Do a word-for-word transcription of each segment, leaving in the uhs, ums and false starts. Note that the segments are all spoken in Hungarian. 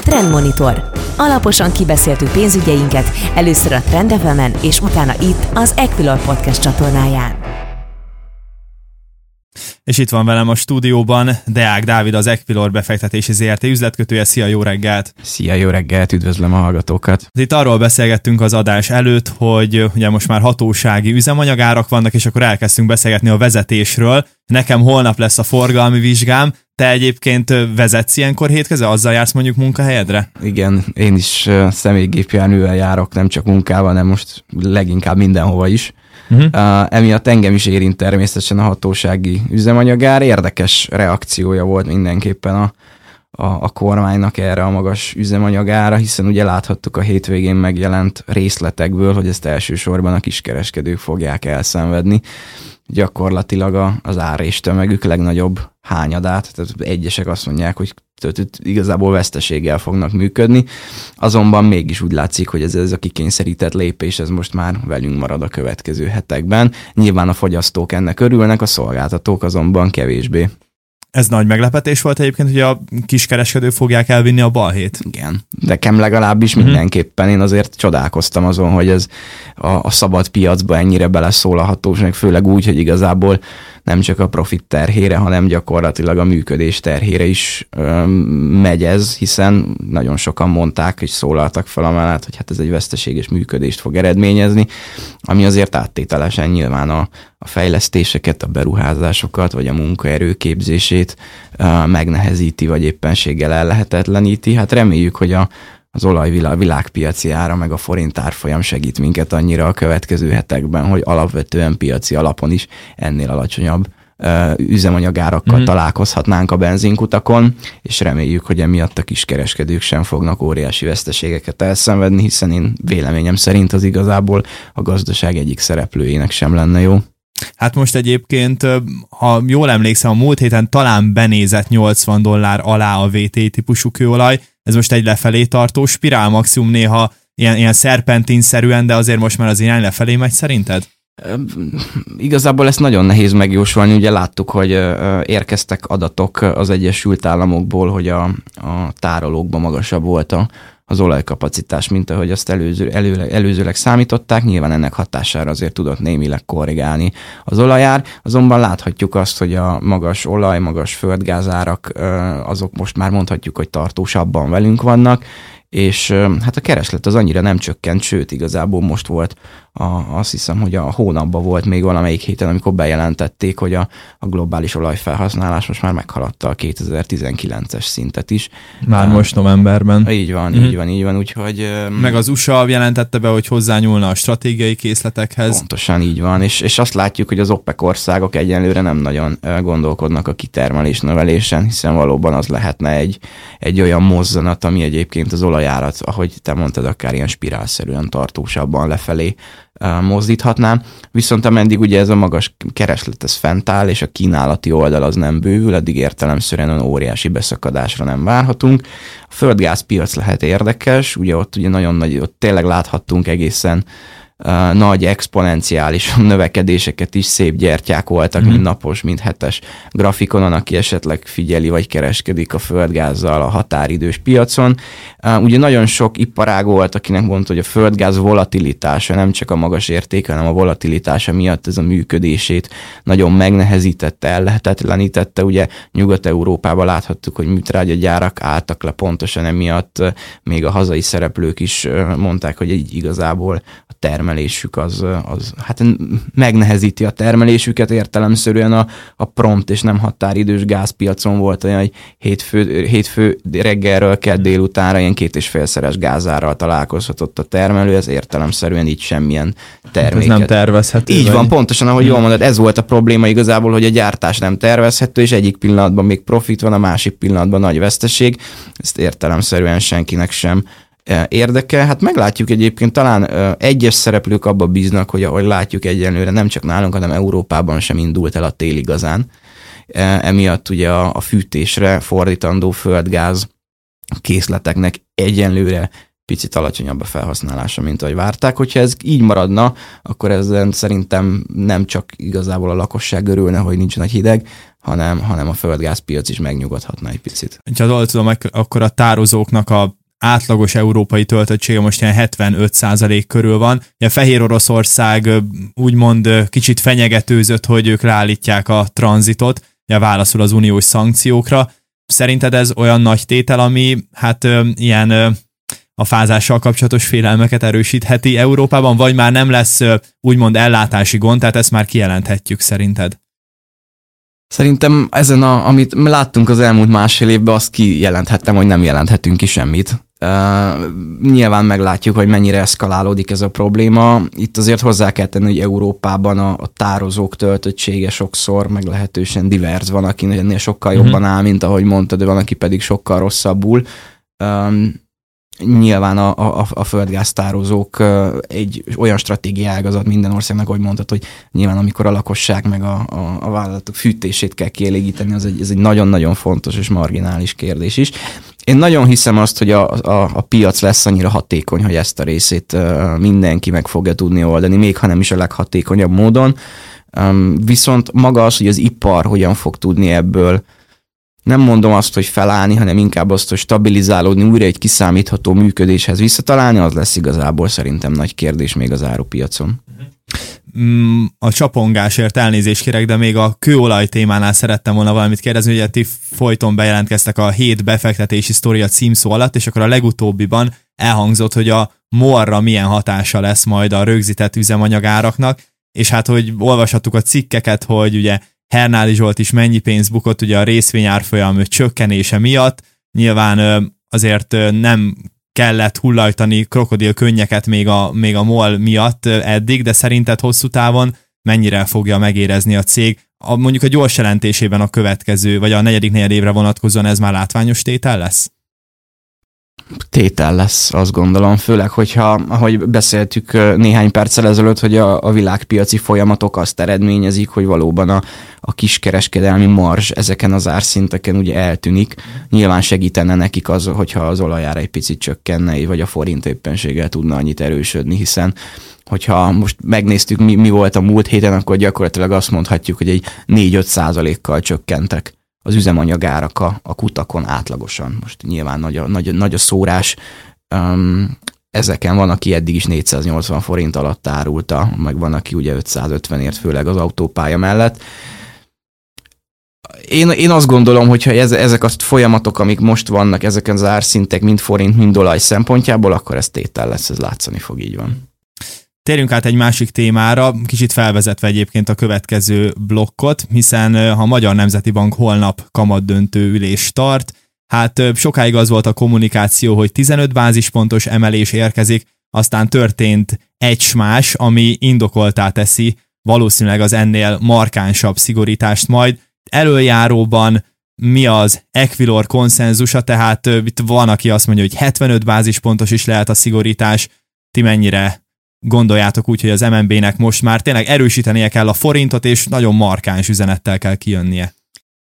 Trendmonitor. Alaposan kibeszéltük pénzügyeinket, először a Trend ef emen, és utána itt az Equilor Podcast csatornáján. És itt van velem a stúdióban Deák Dávid, az Equilor befektetési zé er té üzletkötője. Szia, jó reggelt! Szia, jó reggelt, üdvözlöm a hallgatókat! Itt arról beszélgettünk az adás előtt, hogy ugye most már hatósági üzemanyagárak vannak, és akkor elkezdtünk beszélgetni a vezetésről. Nekem holnap lesz a forgalmi vizsgám. Te egyébként vezetsz ilyenkor hétköznap, azzal jársz mondjuk munkahelyedre? Igen, én is személygépjárművel járok, nem csak munkával, hanem most leginkább mindenhova is. Uh-huh. Uh, emiatt engem is érint természetesen a hatósági üzemanyagár. Érdekes reakciója volt mindenképpen a, a, a kormánynak erre a magas üzemanyagára, hiszen ugye láthattuk a hétvégén megjelent részletekből, hogy ezt elsősorban a kiskereskedők fogják elszenvedni. Gyakorlatilag a, az árés tömegük legnagyobb hányadát, tehát egyesek azt mondják, hogy igazából veszteséggel fognak működni, azonban mégis úgy látszik, hogy ez, ez a kikényszerített lépés, ez most már velünk marad a következő hetekben. Nyilván a fogyasztók ennek örülnek, a szolgáltatók azonban kevésbé. Ez nagy meglepetés volt egyébként, hogy a kiskereskedők fogják elvinni a balhét. Igen, nekem legalábbis uh-huh. mindenképpen. Én azért csodálkoztam azon, hogy ez a, a szabad piacba ennyire beleszól a hatóság, főleg úgy, hogy igazából nem csak a profit terhére, hanem gyakorlatilag a működés terhére is ö, megy ez, hiszen nagyon sokan mondták, és szólaltak fel amellett, hogy hát ez egy veszteséges működést fog eredményezni, ami azért áttételesen nyilván a, a fejlesztéseket, a beruházásokat, vagy a munkaerő képzését ö, megnehezíti, vagy éppenséggel ellehetetleníti. Hát reméljük, hogy a az olajvilág, világpiaci ára meg a forint árfolyam segít minket annyira a következő hetekben, hogy alapvetően piaci alapon is ennél alacsonyabb uh, üzemanyagárakkal mm-hmm. találkozhatnánk a benzinkutakon, és reméljük, hogy emiatt a kiskereskedők sem fognak óriási veszteségeket elszenvedni, hiszen én véleményem szerint az igazából a gazdaság egyik szereplőjének sem lenne jó. Hát most egyébként, ha jól emlékszem, a múlt héten talán benézett nyolcvan dollár alá a vé té típusú kőolaj, ez most egy lefelé tartó spirál, maximum néha ilyen, ilyen szerpentinszerűen, de azért most már az irány lefelé megy szerinted? Igazából ezt nagyon nehéz megjósolni, ugye láttuk, hogy érkeztek adatok az Egyesült Államokból, hogy a, a tárolókban magasabb volt a az olajkapacitás, mint ahogy azt előző, elő, előzőleg számították, nyilván ennek hatására azért tudott némileg korrigálni az olajár, azonban láthatjuk azt, hogy a magas olaj, magas földgázárak, azok most már mondhatjuk, hogy tartósabban velünk vannak, és hát a kereslet az annyira nem csökkent, sőt igazából most volt, a, azt hiszem, hogy a hónapban volt még valamelyik héten, amikor bejelentették, hogy a, a globális olajfelhasználás most már meghaladta a kétezer-tizenkilences szintet is. Már uh, most novemberben. Így van, mm-hmm. így van, így van, úgyhogy... Meg az u es á jelentette be, hogy hozzányúlna a stratégiai készletekhez. Pontosan így van, és, és azt látjuk, hogy az OPEC országok egyenlőre nem nagyon gondolkodnak a kitermelés növelésen, hiszen valóban az lehetne egy, egy olyan mozzanat, ami egyébként az olajárat, ahogy te mondtad, akár ilyen spirálszerűen tartósabban lefelé mozdíthatnám, viszont ameddig ugye ez a magas kereslet ez fent áll, és a kínálati oldal az nem bővül, addig értelemszerűen olyan óriási beszakadásra nem várhatunk. A földgázpiac lehet érdekes, ugye ott ugye nagyon nagy, ott tényleg láthattunk egészen Uh, nagy exponenciális növekedéseket is, szép gyertyák voltak, mm. mind napos, mind hetes grafikonon, aki esetleg figyeli vagy kereskedik a földgázzal a határidős piacon. Uh, ugye nagyon sok iparág volt, akinek mondta, hogy a földgáz volatilitása, nem csak a magas értéke, hanem a volatilitása miatt ez a működését nagyon megnehezítette, ellehetetlenítette. Ugye Nyugat-Európában láthattuk, hogy műtrágyagyárak álltak le pontosan emiatt, még a hazai szereplők is mondták, hogy így igazából a termelésük az, az hát megnehezíti a termelésüket, értelemszerűen a, a prompt és nem határidős gázpiacon volt olyan, hogy hétfő, hétfő reggelről kedd délutánra ilyen két és félszeres gázárral találkozhatott a termelő, ez értelemszerűen így semmilyen terméket. Ez nem tervezhető. Így vagy? van, pontosan, ahogy jól mondod, ez volt a probléma igazából, hogy a gyártás nem tervezhető, és egyik pillanatban még profit van, a másik pillanatban nagy veszteség, ezt értelemszerűen senkinek sem érdeke. Hát meglátjuk egyébként, talán egyes szereplők abba bíznak, hogy ahogy látjuk egyenlőre, nem csak nálunk, hanem Európában sem indult el a tél igazán. Emiatt ugye a, a fűtésre fordítandó földgáz készleteknek egyenlőre picit alacsonyabb a felhasználása, mint ahogy várták. Hogyha ez így maradna, akkor ezen szerintem nem csak igazából a lakosság örülne, hogy nincs nagy hideg, hanem, hanem a földgázpiac is megnyugodhatna egy picit. Ha jól tudom, akkor a tározóknak a átlagos európai töltöttsége most ilyen hetvenöt százalék körül van. A Fehér Oroszország úgymond kicsit fenyegetőzött, hogy ők leállítják a tranzitot, ja, válaszul az uniós szankciókra. Szerinted ez olyan nagy tétel, ami hát ilyen a fázással kapcsolatos félelmeket erősítheti Európában, vagy már nem lesz úgymond ellátási gond, tehát ezt már kijelenthetjük szerinted? Szerintem ezen, a, amit láttunk az elmúlt másfél évben, azt kijelenthettem, hogy nem jelenthetünk ki semmit. Uh, nyilván meglátjuk, hogy mennyire eszkalálódik ez a probléma. Itt azért hozzá kell tenni, hogy Európában a, a tározók töltöttsége sokszor meglehetősen divers, van, aki ennél sokkal mm-hmm. jobban áll, mint ahogy mondtad, de van, aki pedig sokkal rosszabbul. Um, Nyilván a, a, a földgáztározók egy olyan stratégiai ágazat minden országnak, ahogy mondtad, hogy nyilván amikor a lakosság meg a, a, a vállalatok fűtését kell kielégíteni, az egy, ez egy nagyon-nagyon fontos és marginális kérdés is. Én nagyon hiszem azt, hogy a, a, a piac lesz annyira hatékony, hogy ezt a részét mindenki meg fogja tudni oldani, még ha nem is a leghatékonyabb módon. Viszont maga az, hogy az ipar hogyan fog tudni ebből, nem mondom azt, hogy felállni, hanem inkább azt, hogy stabilizálódni, újra egy kiszámítható működéshez visszatalálni, az lesz igazából szerintem nagy kérdés még az árupiacon. A csapongásért elnézést kérek, de még a kőolaj témánál szerettem volna valamit kérdezni, hogy ti folyton bejelentkeztek a hét befektetési sztoria címszó alatt, és akkor a legutóbbiban elhangzott, hogy a morra milyen hatása lesz majd a rögzített üzemanyagáraknak, és hát, hogy olvashattuk a cikkeket, hogy ugye Hernádi Zsolt is mennyi pénz bukott ugye a részvényárfolyam csökkenése miatt. Nyilván azért nem kellett hullajtani krokodil könnyeket még a, még a MOL miatt eddig, de szerinted hosszú távon mennyire fogja megérezni a cég? A, mondjuk a gyors jelentésében a következő, vagy a negyedik negyed évre vonatkozóan ez már látványos tétel lesz? Tétel lesz, azt gondolom, főleg, hogyha, ahogy beszéltük néhány perccel ezelőtt, hogy a, a világpiaci folyamatok azt eredményezik, hogy valóban a, a kiskereskedelmi marzs ezeken az árszinteken ugye eltűnik. Nyilván segítene nekik az, hogyha az olajár egy picit csökkenne, vagy a forint éppenséggel tudna annyit erősödni, hiszen hogyha most megnéztük, mi, mi volt a múlt héten, akkor gyakorlatilag azt mondhatjuk, hogy egy négy-öt százalékkal csökkentek az üzemanyagárak a, a kutakon átlagosan. Most nyilván nagy a, nagy, nagy a szórás. Um, ezeken van, aki eddig is négyszáznyolcvan forint alatt árulta, meg van, aki ugye ötszázötvenért, főleg az autópálya mellett. Én, én azt gondolom, hogyha ez, ezek a folyamatok, amik most vannak, ezeken az árszintek, mind forint, mind olaj szempontjából, akkor ez tétel lesz, ez látszani fog, így van. Térjünk át egy másik témára, kicsit felvezetve egyébként a következő blokkot, hiszen ha a Magyar Nemzeti Bank holnap kamatdöntő ülést tart, hát sokáig az volt a kommunikáció, hogy tizenöt bázispontos emelés érkezik, aztán történt egy smás, ami indokoltá teszi valószínűleg az ennél markánsabb szigorítást majd. Elöljáróban mi az Equilor konszenzusa, tehát itt van, aki azt mondja, hogy hetvenöt bázispontos is lehet a szigorítás, ti mennyire gondoljátok úgy, hogy az em en bé-nek most már tényleg erősítenie kell a forintot, és nagyon markáns üzenettel kell kijönnie?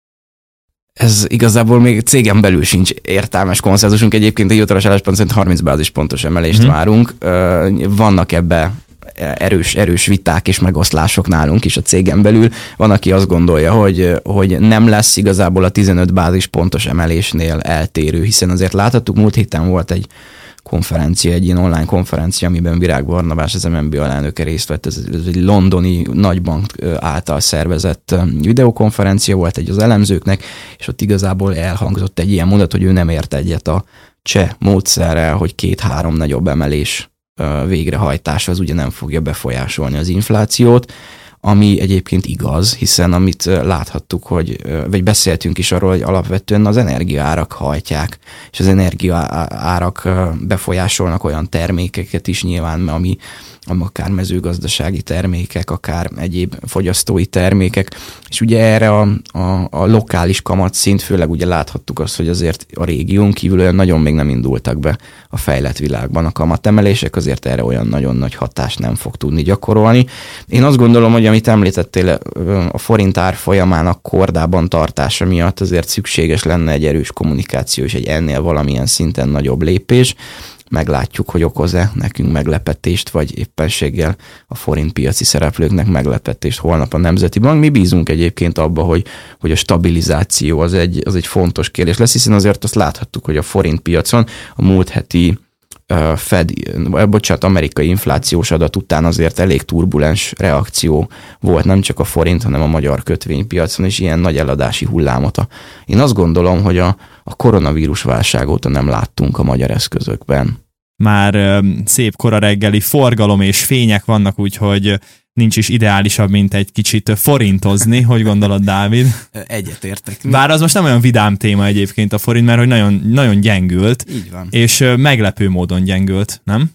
Ez igazából még cégen belül sincs értelmes konszenzusunk. Egyébként a hivatalos álláspont szerint harminc bázispontos emelést hmm. várunk. Vannak ebbe erős, erős viták és megoszlások nálunk is a cégen belül. Van, aki azt gondolja, hogy, hogy nem lesz igazából a tizenöt bázispontos emelésnél eltérő, hiszen azért láthattuk, múlt héten volt egy konferencia, egy ilyen online konferencia, amiben Virág Barnabás, az em en bé alelnöke részt vett. Ez, ez egy londoni nagybank által szervezett videokonferencia volt egy az elemzőknek, és ott igazából elhangzott egy ilyen mondat, hogy ő nem ért egyet a cseh módszerrel, hogy két-három nagyobb emelés végrehajtása az ugye nem fogja befolyásolni az inflációt, ami egyébként igaz, hiszen amit láthattuk, hogy, vagy beszéltünk is arról, hogy alapvetően az energiaárak hajtják, és az energiaárak befolyásolnak olyan termékeket is nyilván, ami, ami akár mezőgazdasági termékek, akár egyéb fogyasztói termékek, és ugye erre a, a, a lokális kamatszint, főleg ugye láthattuk azt, hogy azért a régión kívül olyan nagyon még nem indultak be a fejlett világban a kamatemelések, azért erre olyan nagyon nagy hatást nem fog tudni gyakorolni. Én azt gondolom, hogy amit említettél, a forint árfolyamának kordában tartása miatt azért szükséges lenne egy erős kommunikáció és egy ennél valamilyen szinten nagyobb lépés. meglátjuk, hogy okoz-e nekünk meglepetést, vagy éppenséggel a forint piaci szereplőknek meglepetést holnap a Nemzeti Bank. Mi bízunk egyébként abba, hogy, hogy a stabilizáció az egy, az egy fontos kérdés lesz, hiszen azért azt láthattuk, hogy a forint piacon a múlt heti uh, Fed, bocsánat, amerikai inflációs adat után azért elég turbulens reakció volt, nem csak a forint, hanem a magyar kötvénypiacon, és ilyen nagy eladási hullámot. A, én azt gondolom, hogy a, a koronavírus válság óta nem láttunk a magyar eszközökben. Már ö, szép kora reggeli forgalom és fények vannak, úgyhogy nincs is ideálisabb, mint egy kicsit forintozni. Hogy gondolod, Dávid? Egyetértek. Bár az most nem olyan vidám téma egyébként a forint, mert hogy nagyon, nagyon gyengült. Így van. És ö, meglepő módon gyengült, nem?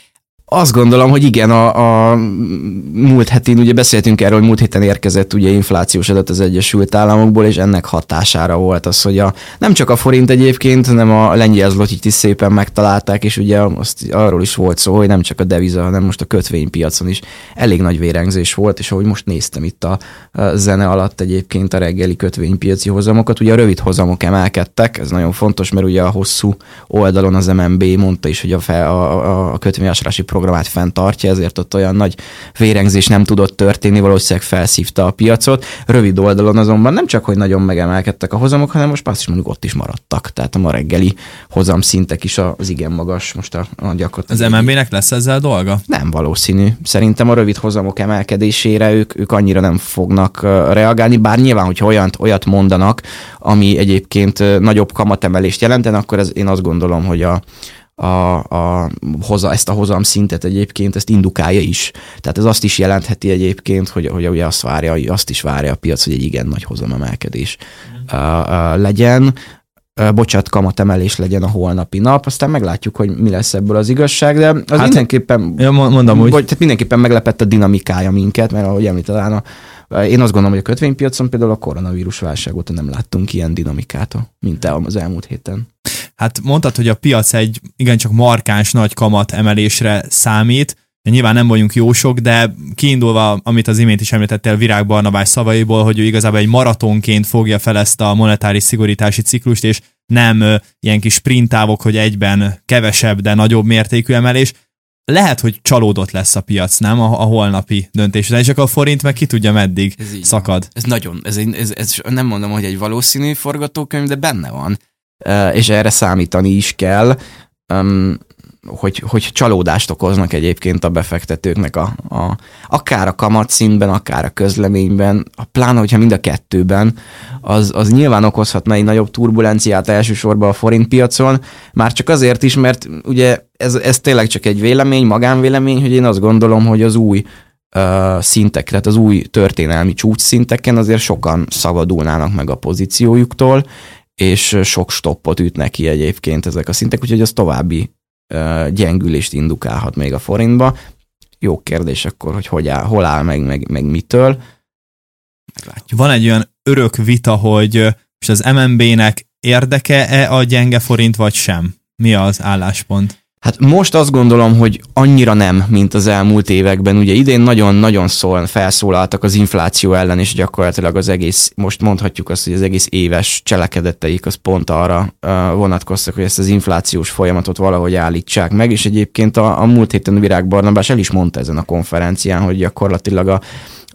Azt gondolom, hogy igen, a, a múlt héten, ugye beszéltünk erről, hogy múlt héten érkezett ugye inflációs adat az Egyesült Államokból, és ennek hatására volt az, hogy a, nem csak a forint egyébként, hanem a lengyel zlotyit is szépen megtalálták, és ugye azt, arról is volt szó, hogy nem csak a deviza, hanem most a kötvénypiacon is elég nagy vérengzés volt, és ahogy most néztem itt a, a zene alatt egyébként a reggeli kötvénypiaci hozamokat, ugye a rövid hozamok emelkedtek, ez nagyon fontos, mert ugye a hosszú oldalon az em en bé mondta is, hogy a, fel, a, a kötvényvásárlási programát fenntartja, ezért ott olyan nagy vérengzés nem tudott történni, valószínűleg felszívta a piacot. Rövid oldalon azonban nem csak, hogy nagyon megemelkedtek a hozamok, hanem most azt is mondjuk ott is maradtak. Tehát a ma reggeli hozamszintek is az igen magas. Most a, a gyakorlatilag... Az em en bé-nek lesz ezzel dolga? Nem valószínű. Szerintem a rövid hozamok emelkedésére ők, ők annyira nem fognak reagálni, bár nyilván, hogyha olyat, olyat mondanak, ami egyébként nagyobb kamatemelést jelenten, akkor ez, én azt gondolom, hogy a A, a, hoza, ezt a hozam szintet egyébként, ezt indukálja is. Tehát ez azt is jelentheti egyébként, hogy, hogy ugye azt, várja, azt is várja a piac, hogy egy igen nagy hozamemelkedés mm. uh, uh, legyen. Uh, bocsát, kamatemelés legyen a holnapi nap, aztán meglátjuk, hogy mi lesz ebből az igazság, de az hát mindenképpen, ja, mondom úgy. Vagy, tehát mindenképpen meglepett a dinamikája minket, mert ahogy említed, Ána, én azt gondolom, hogy a kötvénypiacon például a koronavírus válság óta nem láttunk ilyen dinamikát, mint az elmúlt héten. Hát mondtad, hogy a piac egy igencsak markáns nagy kamat emelésre számít. Nyilván nem vagyunk jósok, de kiindulva, amit az imént is említettél Virág Barnabás szavaiból, hogy ő igazából egy maratonként fogja fel ezt a monetáris szigorítási ciklust, és nem ö, ilyen kis sprintávok, hogy egyben kevesebb, de nagyobb mértékű emelés. Lehet, hogy csalódott lesz a piac, nem? A, a holnapi döntés. És akkor a forint meg ki tudja, meddig ez szakad. Van. Ez nagyon, ez, egy, ez, ez nem mondom, hogy egy valószínű forgatókönyv, de benne van. Uh, és erre számítani is kell, um, hogy, hogy csalódást okoznak egyébként a befektetőknek a, a, akár a kamatszintben, akár a közleményben, pláne, hogyha mind a kettőben, az, az nyilván okozhatna egy nagyobb turbulenciát elsősorban a forintpiacon, már csak azért is, mert ugye ez, ez tényleg csak egy vélemény, magánvélemény, hogy én azt gondolom, hogy az új uh, szintek, tehát az új történelmi csúcsszinteken azért sokan szabadulnának meg a pozíciójuktól, és sok stoppot ütnek ki egyébként ezek a szintek, úgyhogy az további uh, gyengülést indukálhat még a forintba. Jó kérdés akkor, hogy, hogy áll, hol áll meg, meg, meg mitől. Meglátjuk. Van egy olyan örök vita, hogy most az em en bé-nek érdeke-e a gyenge forint, vagy sem? Mi az álláspont? Hát most azt gondolom, hogy annyira nem, mint az elmúlt években. Ugye idén nagyon-nagyon szól, felszólaltak az infláció ellen, és gyakorlatilag az egész, most mondhatjuk azt, hogy az egész éves cselekedeteik az pont arra uh, vonatkoztak, hogy ezt az inflációs folyamatot valahogy állítsák meg, és egyébként a, a múlt héten Virág Barnabás el is mondta ezen a konferencián, hogy gyakorlatilag a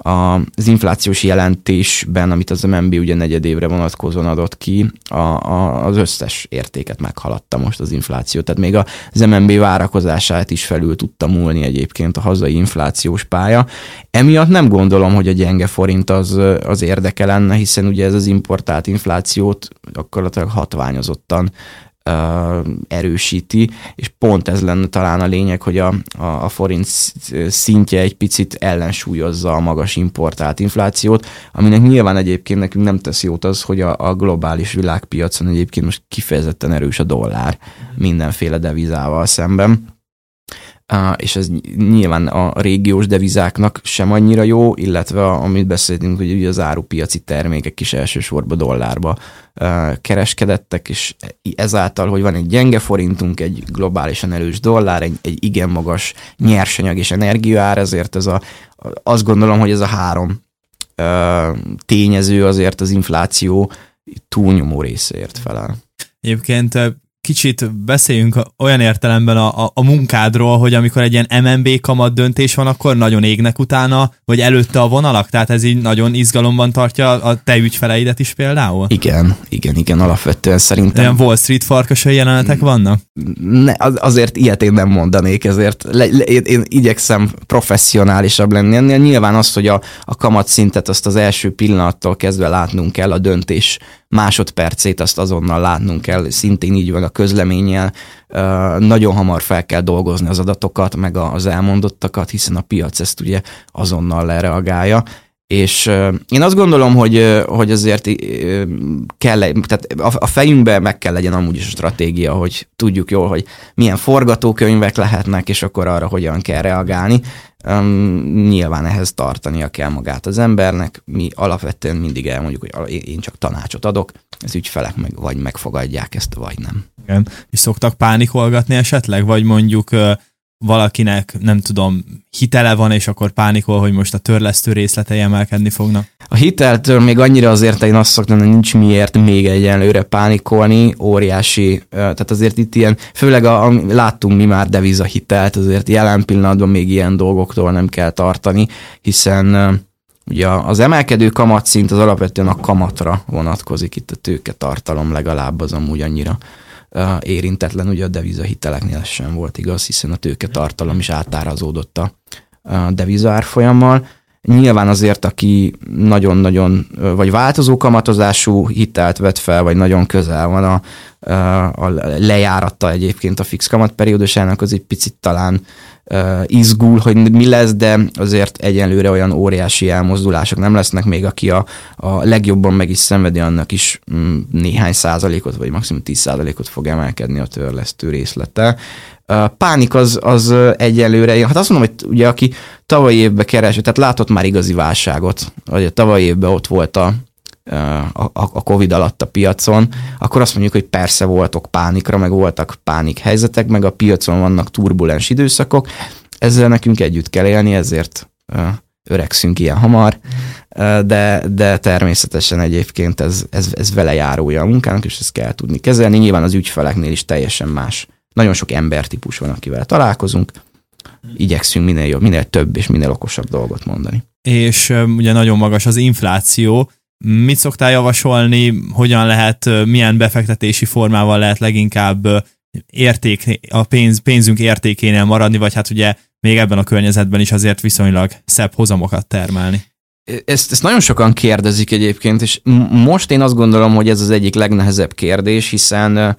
az inflációs jelentésben, amit az em en bé ugye negyedévre vonatkozóan adott ki, a, a, az összes értéket meghaladta most az infláció. Tehát még az em en bé várakozását is felül tudta múlni egyébként a hazai inflációs pálya. Emiatt nem gondolom, hogy a gyenge forint az, az érdeke lenne, hiszen ugye ez az importált inflációt gyakorlatilag hatványozottan erősíti, és pont ez lenne talán a lényeg, hogy a, a, a forint szintje egy picit ellensúlyozza a magas importált inflációt, aminek nyilván egyébként nekünk nem tesz jót az, hogy a, a globális világpiacon egyébként most kifejezetten erős a dollár mindenféle devizával szemben. Uh, és ez nyilván a régiós devizáknak sem annyira jó, illetve a, amit beszéltünk, hogy ugye az árupiaci termékek is elsősorban dollárba uh, kereskedettek, és ezáltal, hogy van egy gyenge forintunk, egy globálisan erős dollár, egy, egy igen magas nyersanyag és energiaár, ezért ez a, azt gondolom, hogy ez a három uh, tényező azért az infláció túlnyomó részéért felel. Egyébként kicsit beszéljünk olyan értelemben a, a, a munkádról, hogy amikor egy ilyen em en bé kamat döntés van, akkor nagyon égnek utána, vagy előtte a vonalak? Tehát ez így nagyon izgalomban tartja a te ügyfeleidet is például? Igen, igen, igen, alapvetően szerintem. Olyan Wall Street farkasai jelenetek vannak? Ne, az, azért ilyet én nem mondanék, ezért le, le, én, én igyekszem professzionálisabb lenni ennél. Nyilván az, hogy a, a kamatszintet azt az első pillanattól kezdve látnunk kell, a döntés másodpercét azt azonnal látnunk kell, szintén így van a közleménnyel. Nagyon hamar fel kell dolgozni az adatokat, meg az elmondottakat, hiszen a piac ezt ugye azonnal lereagálja. És én azt gondolom, hogy, hogy azért kell, tehát a fejünkben meg kell legyen amúgy is a stratégia, hogy tudjuk jól, hogy milyen forgatókönyvek lehetnek, és akkor arra hogyan kell reagálni. Um, nyilván ehhez tartania kell magát az embernek. Mi alapvetően mindig elmondjuk, hogy én csak tanácsot adok, az ügyfelek meg vagy megfogadják ezt, vagy nem. Igen. És szoktak pánikolgatni esetleg, vagy mondjuk valakinek, nem tudom, hitele van, és akkor pánikol, hogy most a törlesztő részletei emelkedni fognak? A hiteltől még annyira azért én azt szoktam, hogy nincs miért még egyenlőre pánikolni, óriási, tehát azért itt ilyen, főleg a, a, láttunk mi már devizahitelt, azért jelen pillanatban még ilyen dolgoktól nem kell tartani, hiszen ugye az emelkedő kamatszint az alapvetően a kamatra vonatkozik, itt a tőketartalom legalább az amúgy annyira érintetlen, ugye a devizahiteleknél sem volt igaz, hiszen a tőketartalom is átárazódott a deviza árfolyammal. Nyilván azért, aki nagyon-nagyon, vagy változó kamatozású hitelt vett fel, vagy nagyon közel van a, a lejáratta egyébként a fix kamatperiódusának, az egy picit talán uh, izgul, hogy mi lesz, de azért egyenlőre olyan óriási elmozdulások nem lesznek, még aki a, a legjobban meg is szenvedi, annak is mm, néhány százalékot, vagy maximum tíz százalékot fog emelkedni a törlesztő részlete. A pánik az, az egyelőre, hát azt mondom, hogy ugye aki tavalyi évben keresett, tehát látott már igazi válságot, vagy a tavalyi évben ott volt a, a, a Covid alatt a piacon, akkor azt mondjuk, hogy persze voltak pánikra, meg voltak pánik helyzetek, meg a piacon vannak turbulens időszakok, ezzel nekünk együtt kell élni, ezért öregszünk ilyen hamar, de, de természetesen egyébként ez, ez, ez vele járója a munkának, és ezt kell tudni kezelni. Nyilván az ügyfeleknél is teljesen más. Nagyon sok embertípus van, akivel találkozunk, igyekszünk minél jobb, minél több és minél okosabb dolgot mondani. És ugye nagyon magas az infláció. Mit szoktál javasolni, hogyan lehet, milyen befektetési formával lehet leginkább érték, a pénz, pénzünk értékénél maradni, vagy hát ugye még ebben a környezetben is azért viszonylag szebb hozamokat termelni? Ezt, ezt nagyon sokan kérdezik egyébként, és most én azt gondolom, hogy ez az egyik legnehezebb kérdés, hiszen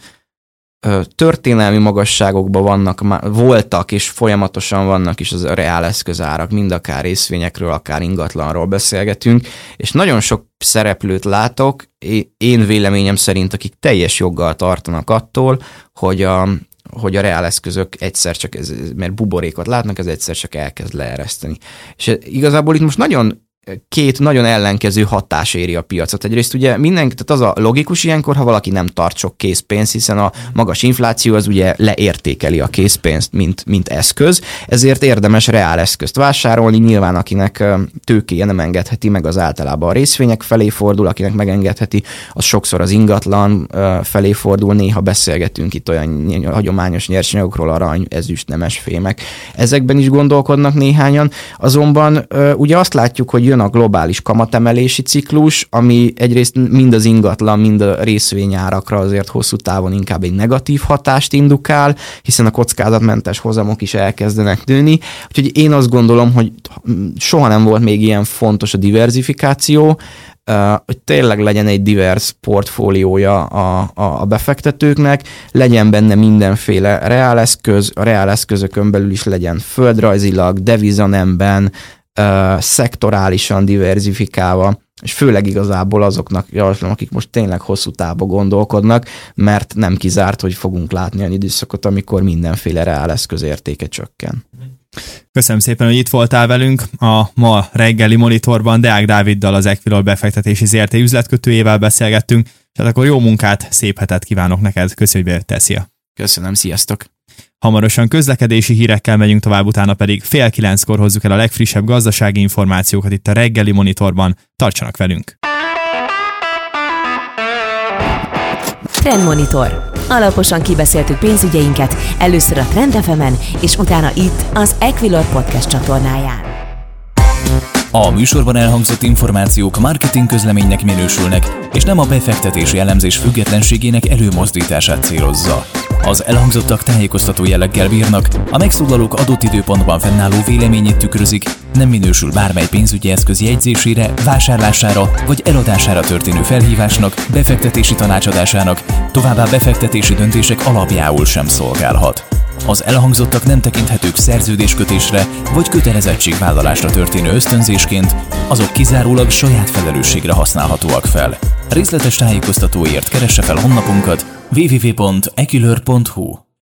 történelmi magasságokban vannak, voltak és folyamatosan vannak is az a reál eszközárak, mind akár részvényekről, akár ingatlanról beszélgetünk, és nagyon sok szereplőt látok, én véleményem szerint, akik teljes joggal tartanak attól, hogy a, hogy a reál eszközök egyszer csak, ez, mert buborékot látnak, ez egyszer csak elkezd leereszteni. És igazából itt most nagyon két nagyon ellenkező hatás éri a piacot. Egyrészt ugye minden, tehát az a logikus ilyenkor, ha valaki nem tart sok készpénzt, hiszen a magas infláció az ugye leértékeli a készpénzt, mint, mint eszköz, ezért érdemes reál eszközt vásárolni. Nyilván akinek tőkéje nem engedheti meg, az általában a részvények felé fordul, akinek megengedheti, az sokszor az ingatlan felé fordul. Néha beszélgetünk itt olyan hagyományos nyersanyagokról, arany, ezüst, nemes fémek. Ezekben is gondolkodnak néhányan. Azonban ugye azt látjuk, hogy jön a globális kamatemelési ciklus, ami egyrészt mind az ingatlan, mind a részvényárakra azért hosszú távon inkább egy negatív hatást indukál, hiszen a kockázatmentes hozamok is elkezdenek nőni. Úgyhogy én azt gondolom, hogy soha nem volt még ilyen fontos a diverzifikáció, hogy tényleg legyen egy divers portfóliója a, a, a befektetőknek, legyen benne mindenféle reáleszköz, a reáleszközökön belül is legyen földrajzilag, devizanemben, Uh, szektorálisan diverzifikálva, és főleg igazából azoknak javaslom, akik most tényleg hosszú távba gondolkodnak, mert nem kizárt, hogy fogunk látni olyan időszakot, amikor mindenféle reáleszköz értéke csökken. Köszönöm szépen, hogy itt voltál velünk. A ma reggeli monitorban Deák Dáviddal, az Equilor befektetési zé er té üzletkötőjével beszélgettünk, és hát akkor jó munkát, szép hetet kívánok neked. Köszönjük, hogy bejöttél, szia! Köszönöm, sziasztok! Hamarosan közlekedési hírekkel megyünk tovább, utána pedig fél kilenckor hozzuk el a legfrissebb gazdasági információkat itt a reggeli monitorban. Tartsanak velünk! Trendmonitor. Alaposan kibeszéltük pénzügyeinket, először a Trend ef emen, és utána itt az Equilor Podcast csatornáján. A műsorban elhangzott információk marketing közleménynek minősülnek, és nem a befektetési elemzés függetlenségének előmozdítását célozza. Az elhangzottak tájékoztató jelleggel bírnak, a megszólalók adott időpontban fennálló véleményét tükrözik, nem minősül bármely pénzügyi eszköz jegyzésére, vásárlására vagy eladására történő felhívásnak, befektetési tanácsadásának, továbbá befektetési döntések alapjául sem szolgálhat. Az elhangzottak nem tekinthetők szerződéskötésre vagy kötelezettségvállalásra történő ösztönzésként, azok kizárólag saját felelősségre használhatóak fel. Részletes tájékoztatóért keresse fel honlapunkat double-u double-u double-u pont equilor pont hu.